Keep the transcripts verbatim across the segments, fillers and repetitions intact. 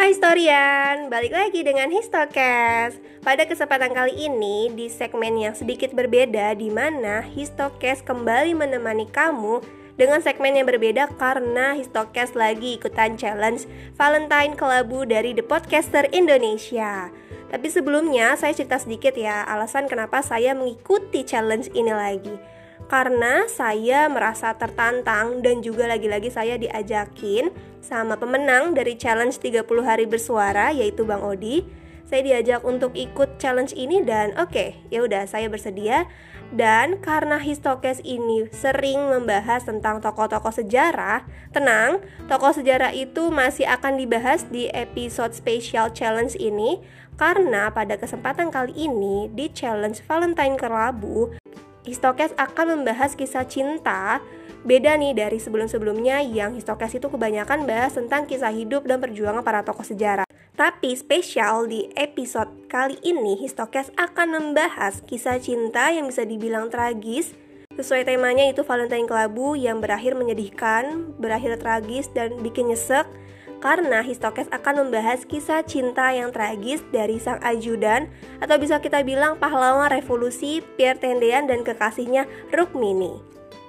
Hai historian, balik lagi dengan Histocast. Pada kesempatan kali ini di segmen yang sedikit berbeda, di mana Histocast kembali menemani kamu dengan segmen yang berbeda karena Histocast lagi ikutan challenge Valentine Kelabu dari The Podcaster Indonesia. Tapi sebelumnya saya cerita sedikit ya alasan kenapa saya mengikuti challenge ini lagi. Karena saya merasa tertantang dan juga lagi-lagi saya diajakin sama pemenang dari challenge tiga puluh hari bersuara yaitu Bang Odi. Saya diajak untuk ikut challenge ini dan oke, okay, ya udah saya bersedia. Dan karena Histocast ini sering membahas tentang tokoh-tokoh sejarah, tenang, tokoh sejarah itu masih akan dibahas di episode spesial challenge ini karena pada kesempatan kali ini di challenge Valentine Kelabu Histocast akan membahas kisah cinta. Beda nih dari sebelum-sebelumnya yang Histocast itu kebanyakan bahas tentang kisah hidup dan perjuangan para tokoh sejarah. Tapi spesial di episode kali ini Histocast akan membahas kisah cinta yang bisa dibilang tragis. Sesuai temanya itu Valentine Kelabu yang berakhir menyedihkan, berakhir tragis dan bikin nyesek. Karena Histocast akan membahas kisah cinta yang tragis dari sang ajudan atau bisa kita bilang pahlawan revolusi Pierre Tendean dan kekasihnya Rukmini.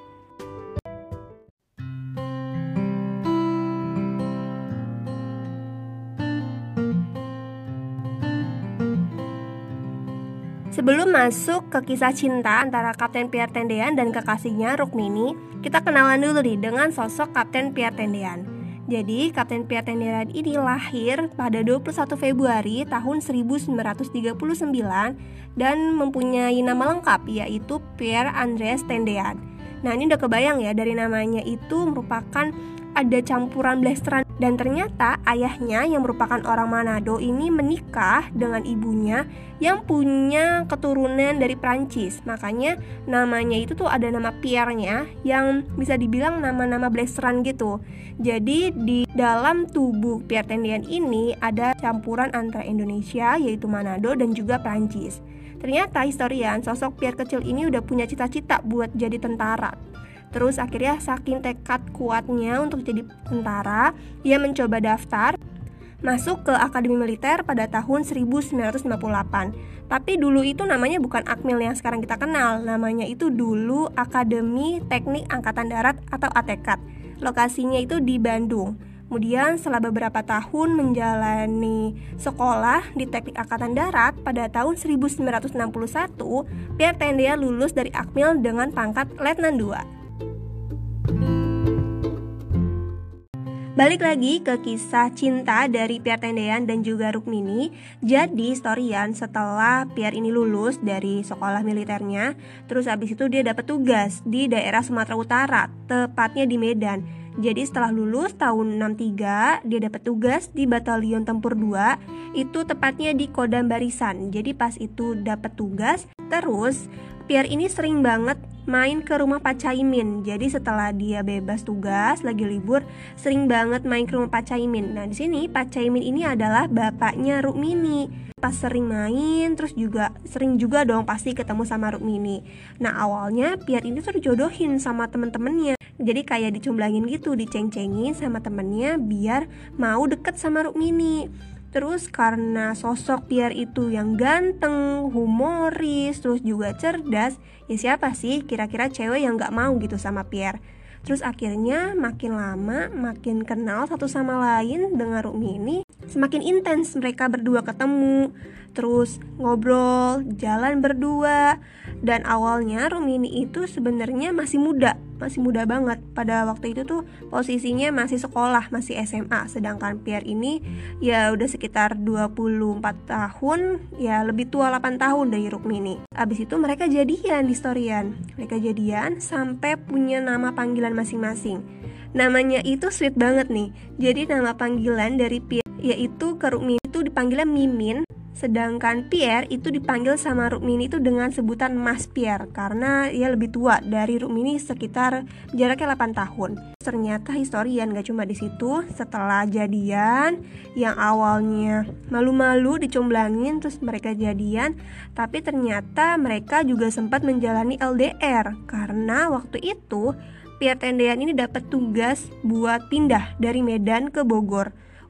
Sebelum masuk ke kisah cinta antara Kapten Pierre Tendean dan kekasihnya Rukmini, kita kenalan dulu nih dengan sosok Kapten Pierre Tendean. Jadi, Kapten Pierre Tendean ini lahir pada dua puluh satu Februari tahun seribu sembilan ratus tiga puluh sembilan dan mempunyai nama lengkap yaitu Pierre Andreas Tendean. Nah, ini udah kebayang ya dari namanya itu merupakan ada campuran blasteran dan ternyata ayahnya yang merupakan orang Manado ini menikah dengan ibunya yang punya keturunan dari Prancis. Makanya namanya itu tuh ada nama Pierre-nya yang bisa dibilang nama-nama blasteran gitu. Jadi di dalam tubuh Pierre Tendean ini ada campuran antara Indonesia yaitu Manado dan juga Prancis. Ternyata historian sosok Pierre kecil ini udah punya cita-cita buat jadi tentara. Terus akhirnya saking tekad kuatnya untuk jadi tentara, ia mencoba daftar masuk ke Akademi Militer pada tahun seribu sembilan ratus lima puluh delapan. Tapi dulu itu namanya bukan Akmil yang sekarang kita kenal, namanya itu dulu Akademi Teknik Angkatan Darat atau A T K A D. Lokasinya itu di Bandung. Kemudian setelah beberapa tahun menjalani sekolah di Teknik Angkatan Darat, pada tahun seribu sembilan ratus enam puluh satu, Pierre Tendean lulus dari Akmil dengan pangkat Letnan dua. Balik lagi ke kisah cinta dari Pierre Tendean dan juga Rukmini. Jadi historian setelah Pierre ini lulus dari sekolah militernya, terus habis itu dia dapat tugas di daerah Sumatera Utara, tepatnya di Medan. Jadi setelah lulus tahun enam puluh tiga, dia dapat tugas di Batalion Tempur dua, itu tepatnya di Kodam Barisan. Jadi pas itu dapat tugas, terus Pierre ini sering banget main ke rumah Pak Caimin. Jadi setelah dia bebas tugas, lagi libur, sering banget main ke rumah Pak Caimin. Nah, di sini Pak Caimin ini adalah bapaknya Rukmini. Pas sering main, terus juga sering juga dong pasti ketemu sama Rukmini. Nah, awalnya Pierre ini tuh dijodohin sama temen-temennya. Jadi kayak dicomblangin gitu, diceng-cengin sama temennya biar mau deket sama Rukmini. Terus karena sosok Pierre itu yang ganteng, humoris, terus juga cerdas, ya siapa sih kira-kira cewek yang gak mau gitu sama Pierre. Terus akhirnya makin lama, makin kenal satu sama lain dengan Rukmini. Semakin intens mereka berdua ketemu, terus ngobrol, jalan berdua. Dan awalnya Rukmini itu sebenarnya masih muda, masih muda banget. Pada waktu itu tuh posisinya masih sekolah, masih S M A. Sedangkan Pierre ini ya udah sekitar dua puluh empat tahun, ya lebih tua delapan tahun dari Rukmini. Abis itu mereka jadian, historian. Mereka jadian sampai punya nama panggilan masing-masing. Namanya itu sweet banget nih. Jadi nama panggilan dari Pierre yaitu ke Rukmini itu dipanggilnya Mimin. Sedangkan Pierre itu dipanggil sama Rukmini itu dengan sebutan Mas Pierre karena ia lebih tua dari Rukmini sekitar jaraknya delapan tahun. Ternyata historian gak cuma di situ. Setelah jadian yang awalnya malu-malu dicomblangin terus mereka jadian, tapi ternyata mereka juga sempat menjalani L D R karena waktu itu Pierre Tendean ini dapat tugas buat pindah dari Medan ke Bogor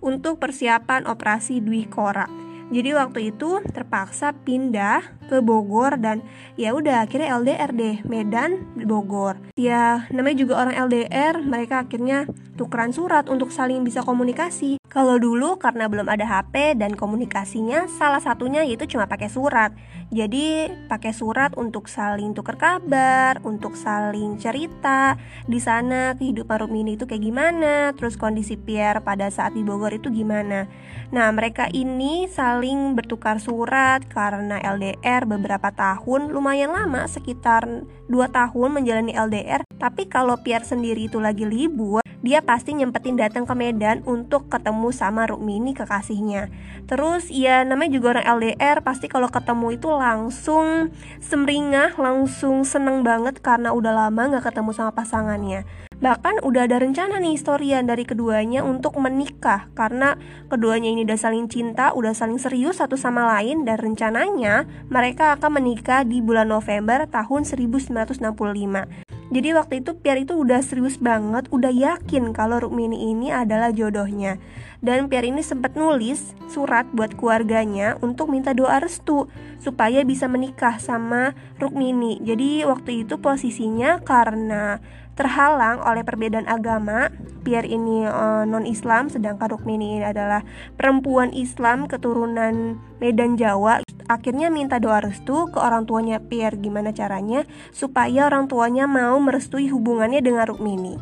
untuk persiapan operasi Dwi Kora. Jadi waktu itu terpaksa pindah ke Bogor dan ya udah akhirnya L D R deh, Medan Bogor. Ya namanya juga orang L D R, mereka akhirnya tukeran surat untuk saling bisa komunikasi. Kalau dulu karena belum ada H P dan komunikasinya salah satunya yaitu cuma pakai surat. Jadi pakai surat untuk saling tuker kabar, untuk saling cerita di sana kehidupan Rukmini itu kayak gimana, terus kondisi Pierre pada saat di Bogor itu gimana. Nah mereka ini saling bertukar surat karena L D R beberapa tahun, lumayan lama, sekitar dua tahun menjalani L D R. Tapi kalau Pierre sendiri itu lagi libur, dia pasti nyempetin datang ke Medan untuk ketemu sama Rukmini kekasihnya. Terus ya namanya juga orang L D R, pasti kalau ketemu itu langsung semringah, langsung seneng banget karena udah lama gak ketemu sama pasangannya. Bahkan udah ada rencana nih historian dari keduanya untuk menikah, karena keduanya ini udah saling cinta, udah saling serius satu sama lain, dan rencananya mereka akan menikah di bulan November tahun seribu sembilan ratus enam puluh lima. Jadi waktu itu Pierre itu udah serius banget, udah yakin kalau Rukmini ini adalah jodohnya. Dan Pierre ini sempat nulis surat buat keluarganya untuk minta doa restu supaya bisa menikah sama Rukmini. Jadi waktu itu posisinya karena terhalang oleh perbedaan agama, Pierre ini uh, non-Islam, sedangkan Rukmini ini adalah perempuan Islam keturunan Medan Jawa. Akhirnya minta doa restu ke orang tuanya Pierre, gimana caranya supaya orang tuanya mau merestui hubungannya dengan Rukmini.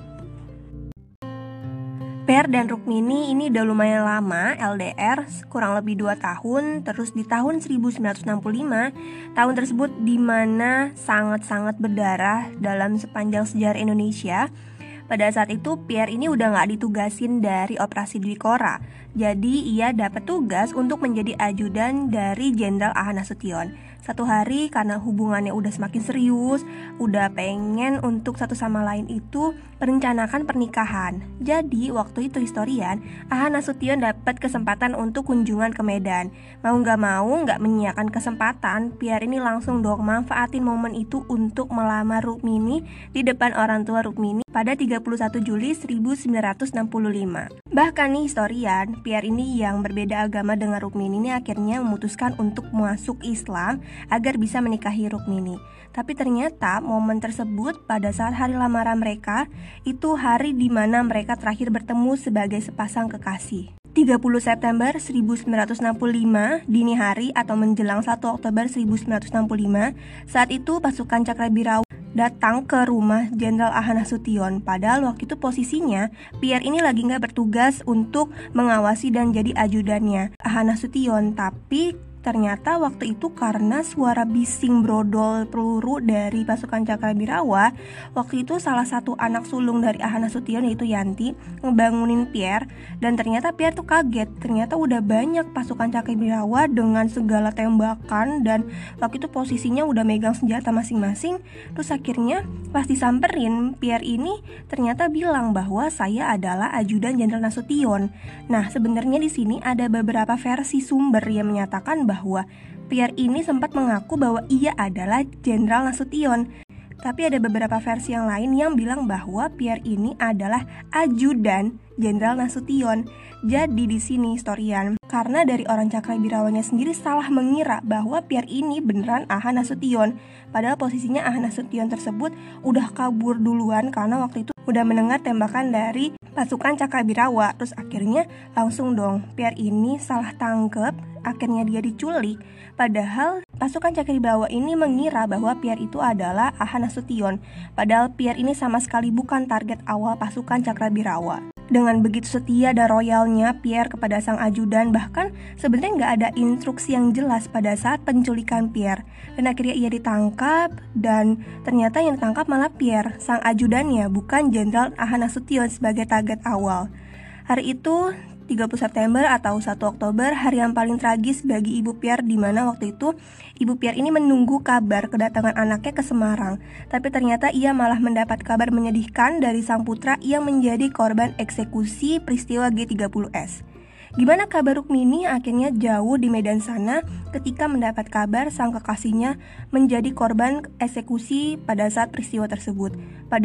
Pierre dan Rukmini ini udah lumayan lama L D R, kurang lebih dua tahun. Terus di tahun seribu sembilan ratus enam puluh lima, tahun tersebut dimana sangat-sangat berdarah dalam sepanjang sejarah Indonesia. Pada saat itu Pierre ini udah gak ditugasin dari operasi Dwi Kora. Jadi ia dapat tugas untuk menjadi ajudan dari Jenderal A H Nasution. Satu hari karena hubungannya udah semakin serius, udah pengen untuk satu sama lain itu merencanakan pernikahan. Jadi waktu itu historian, A H Nasution dapat kesempatan untuk kunjungan ke Medan. Mau gak mau gak menyiapkan kesempatan, Pierre ini langsung dong manfaatin momen itu untuk melamar Rukmini di depan orang tua Rukmini pada tiga puluh satu Juli seribu sembilan ratus enam puluh lima. Bahkan nih historian, Pierre ini yang berbeda agama dengan Rukmini ini akhirnya memutuskan untuk masuk Islam agar bisa menikahi Rukmini. Tapi ternyata momen tersebut pada saat hari lamaran mereka itu hari di mana mereka terakhir bertemu sebagai sepasang kekasih. tiga puluh September seribu sembilan ratus enam puluh lima dini hari atau menjelang satu Oktober seribu sembilan ratus enam puluh lima, saat itu pasukan Cakrabirawa datang ke rumah Jenderal A H Nasution. Padahal waktu itu posisinya Pierre ini lagi gak bertugas untuk mengawasi dan jadi ajudannya A H Nasution. Tapi ternyata waktu itu karena suara bising brodol peluru dari pasukan Cakrabirawa, waktu itu salah satu anak sulung dari A H Nasution yaitu Yanti ngebangunin Pierre. Dan ternyata Pierre tuh kaget, ternyata udah banyak pasukan Cakrabirawa dengan segala tembakan, dan waktu itu posisinya udah megang senjata masing-masing. Terus akhirnya pas disamperin, Pierre ini ternyata bilang bahwa saya adalah ajudan Jenderal Nasution. Nah sebenarnya di sini ada beberapa versi sumber yang menyatakan bahwa Pierre ini sempat mengaku bahwa ia adalah Jenderal Nasution. Tapi ada beberapa versi yang lain yang bilang bahwa Pierre ini adalah ajudan Jenderal Nasution. Jadi di sini historian, karena dari orang Cakrabirawanya sendiri salah mengira bahwa Pierre ini beneran A H Nasution. Padahal posisinya A H Nasution tersebut udah kabur duluan karena waktu itu udah mendengar tembakan dari pasukan Cakrabirawa. Terus akhirnya langsung dong Pierre ini salah tangkep, akhirnya dia diculik. Padahal pasukan Cakrabirawa ini mengira bahwa Pierre itu adalah A H Nasution. Padahal Pierre ini sama sekali bukan target awal pasukan Cakrabirawa. Dengan begitu setia dan royalnya Pierre kepada sang ajudan, bahkan sebenarnya nggak ada instruksi yang jelas pada saat penculikan Pierre. Dan akhirnya ia ditangkap, dan ternyata yang ditangkap malah Pierre, sang ajudannya, bukan Jenderal A H Nasution sebagai target awal. Hari itu tiga puluh September atau satu Oktober, hari yang paling tragis bagi ibu Pierre, di mana waktu itu ibu Pierre ini menunggu kabar kedatangan anaknya ke Semarang. Tapi ternyata ia malah mendapat kabar menyedihkan dari sang putra yang menjadi korban eksekusi peristiwa G tiga puluh S. Gimana kabar Rukmini akhirnya jauh di Medan sana ketika mendapat kabar sang kekasihnya menjadi korban eksekusi pada saat peristiwa tersebut. Padahal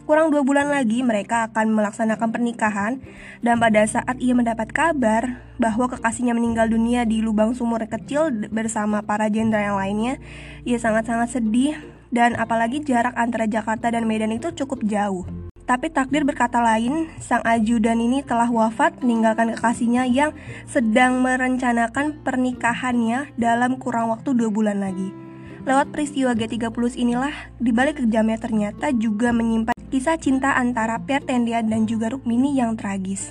Kurang dua bulan lagi mereka akan melaksanakan pernikahan. Dan pada saat ia mendapat kabar bahwa kekasihnya meninggal dunia di lubang sumur kecil bersama para jenderal yang lainnya, ia sangat-sangat sedih. Dan apalagi jarak antara Jakarta dan Medan itu cukup jauh. Tapi takdir berkata lain, sang ajudan ini telah wafat meninggalkan kekasihnya yang sedang merencanakan pernikahannya dalam kurang waktu dua bulan lagi. Lewat peristiwa G tiga puluh inilah, dibalik kejamnya ternyata juga menyimpan kisah cinta antara Pierre Tendian dan juga Rukmini yang tragis.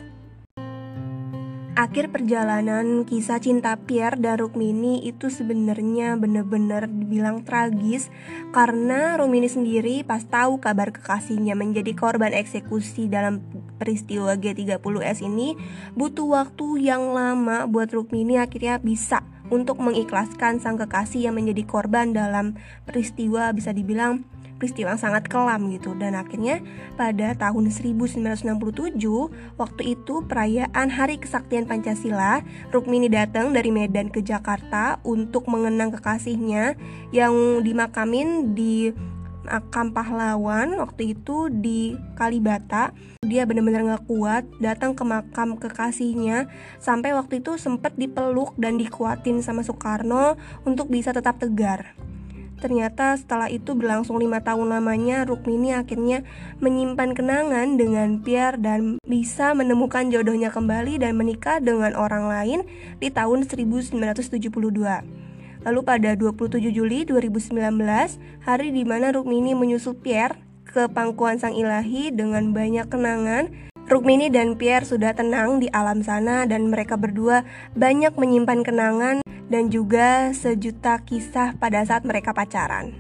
Akhir perjalanan kisah cinta Pierre dan Rukmini itu sebenarnya benar-benar dibilang tragis, karena Rukmini sendiri pas tahu kabar kekasihnya menjadi korban eksekusi dalam peristiwa G tiga puluh S ini, butuh waktu yang lama buat Rukmini akhirnya bisa untuk mengikhlaskan sang kekasih yang menjadi korban dalam peristiwa bisa dibilang peristiwa yang sangat kelam gitu. Dan akhirnya pada tahun seribu sembilan ratus enam puluh tujuh, waktu itu perayaan Hari Kesaktian Pancasila, Rukmini datang dari Medan ke Jakarta untuk mengenang kekasihnya yang dimakamin di makam pahlawan waktu itu di Kalibata. Dia benar-benar gak kuat datang ke makam kekasihnya, sampai waktu itu sempat dipeluk dan dikuatin sama Soekarno untuk bisa tetap tegar. Ternyata setelah itu berlangsung lima tahun lamanya, Rukmini akhirnya menyimpan kenangan dengan Pierre dan bisa menemukan jodohnya kembali dan menikah dengan orang lain di tahun seribu sembilan ratus tujuh puluh dua. Lalu pada dua puluh tujuh Juli dua ribu sembilan belas, hari di mana Rukmini menyusul Pierre ke pangkuan Sang Ilahi dengan banyak kenangan, Rukmini dan Pierre sudah tenang di alam sana dan mereka berdua banyak menyimpan kenangan dan juga sejuta kisah pada saat mereka pacaran.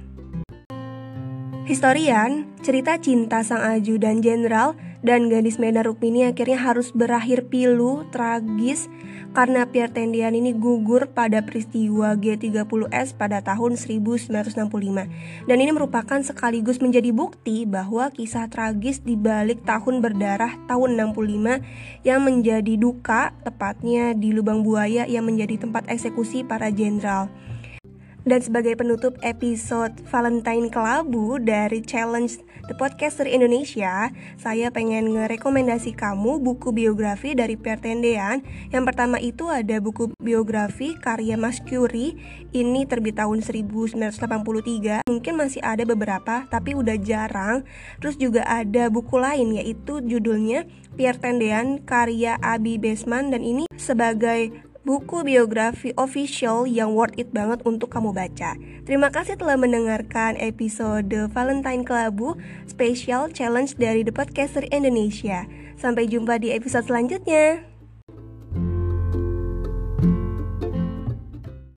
Historian, cerita cinta sang ajudan jenderal dan gadis Medan Rukmini akhirnya harus berakhir pilu, tragis, karena Pierre Tendian ini gugur pada peristiwa G tiga puluh S pada tahun seribu sembilan ratus enam puluh lima. Dan ini merupakan sekaligus menjadi bukti bahwa kisah tragis di balik tahun berdarah tahun enam puluh lima yang menjadi duka, tepatnya di Lubang Buaya yang menjadi tempat eksekusi para jenderal. Dan sebagai penutup episode Valentine Kelabu dari Challenge The Podcaster Indonesia, saya pengen ngerekomendasi kamu buku biografi dari Pierre Tendian. Yang pertama itu ada buku biografi karya Mas Curie. Ini terbit tahun seribu sembilan ratus delapan puluh tiga. Mungkin masih ada beberapa, tapi udah jarang. Terus juga ada buku lain, yaitu judulnya Pierre Tendian karya Abi Besman. Dan ini sebagai buku biografi official yang worth it banget untuk kamu baca. Terima kasih telah mendengarkan episode Valentine Kelabu Special Challenge dari The Podcaster Indonesia. Sampai jumpa di episode selanjutnya.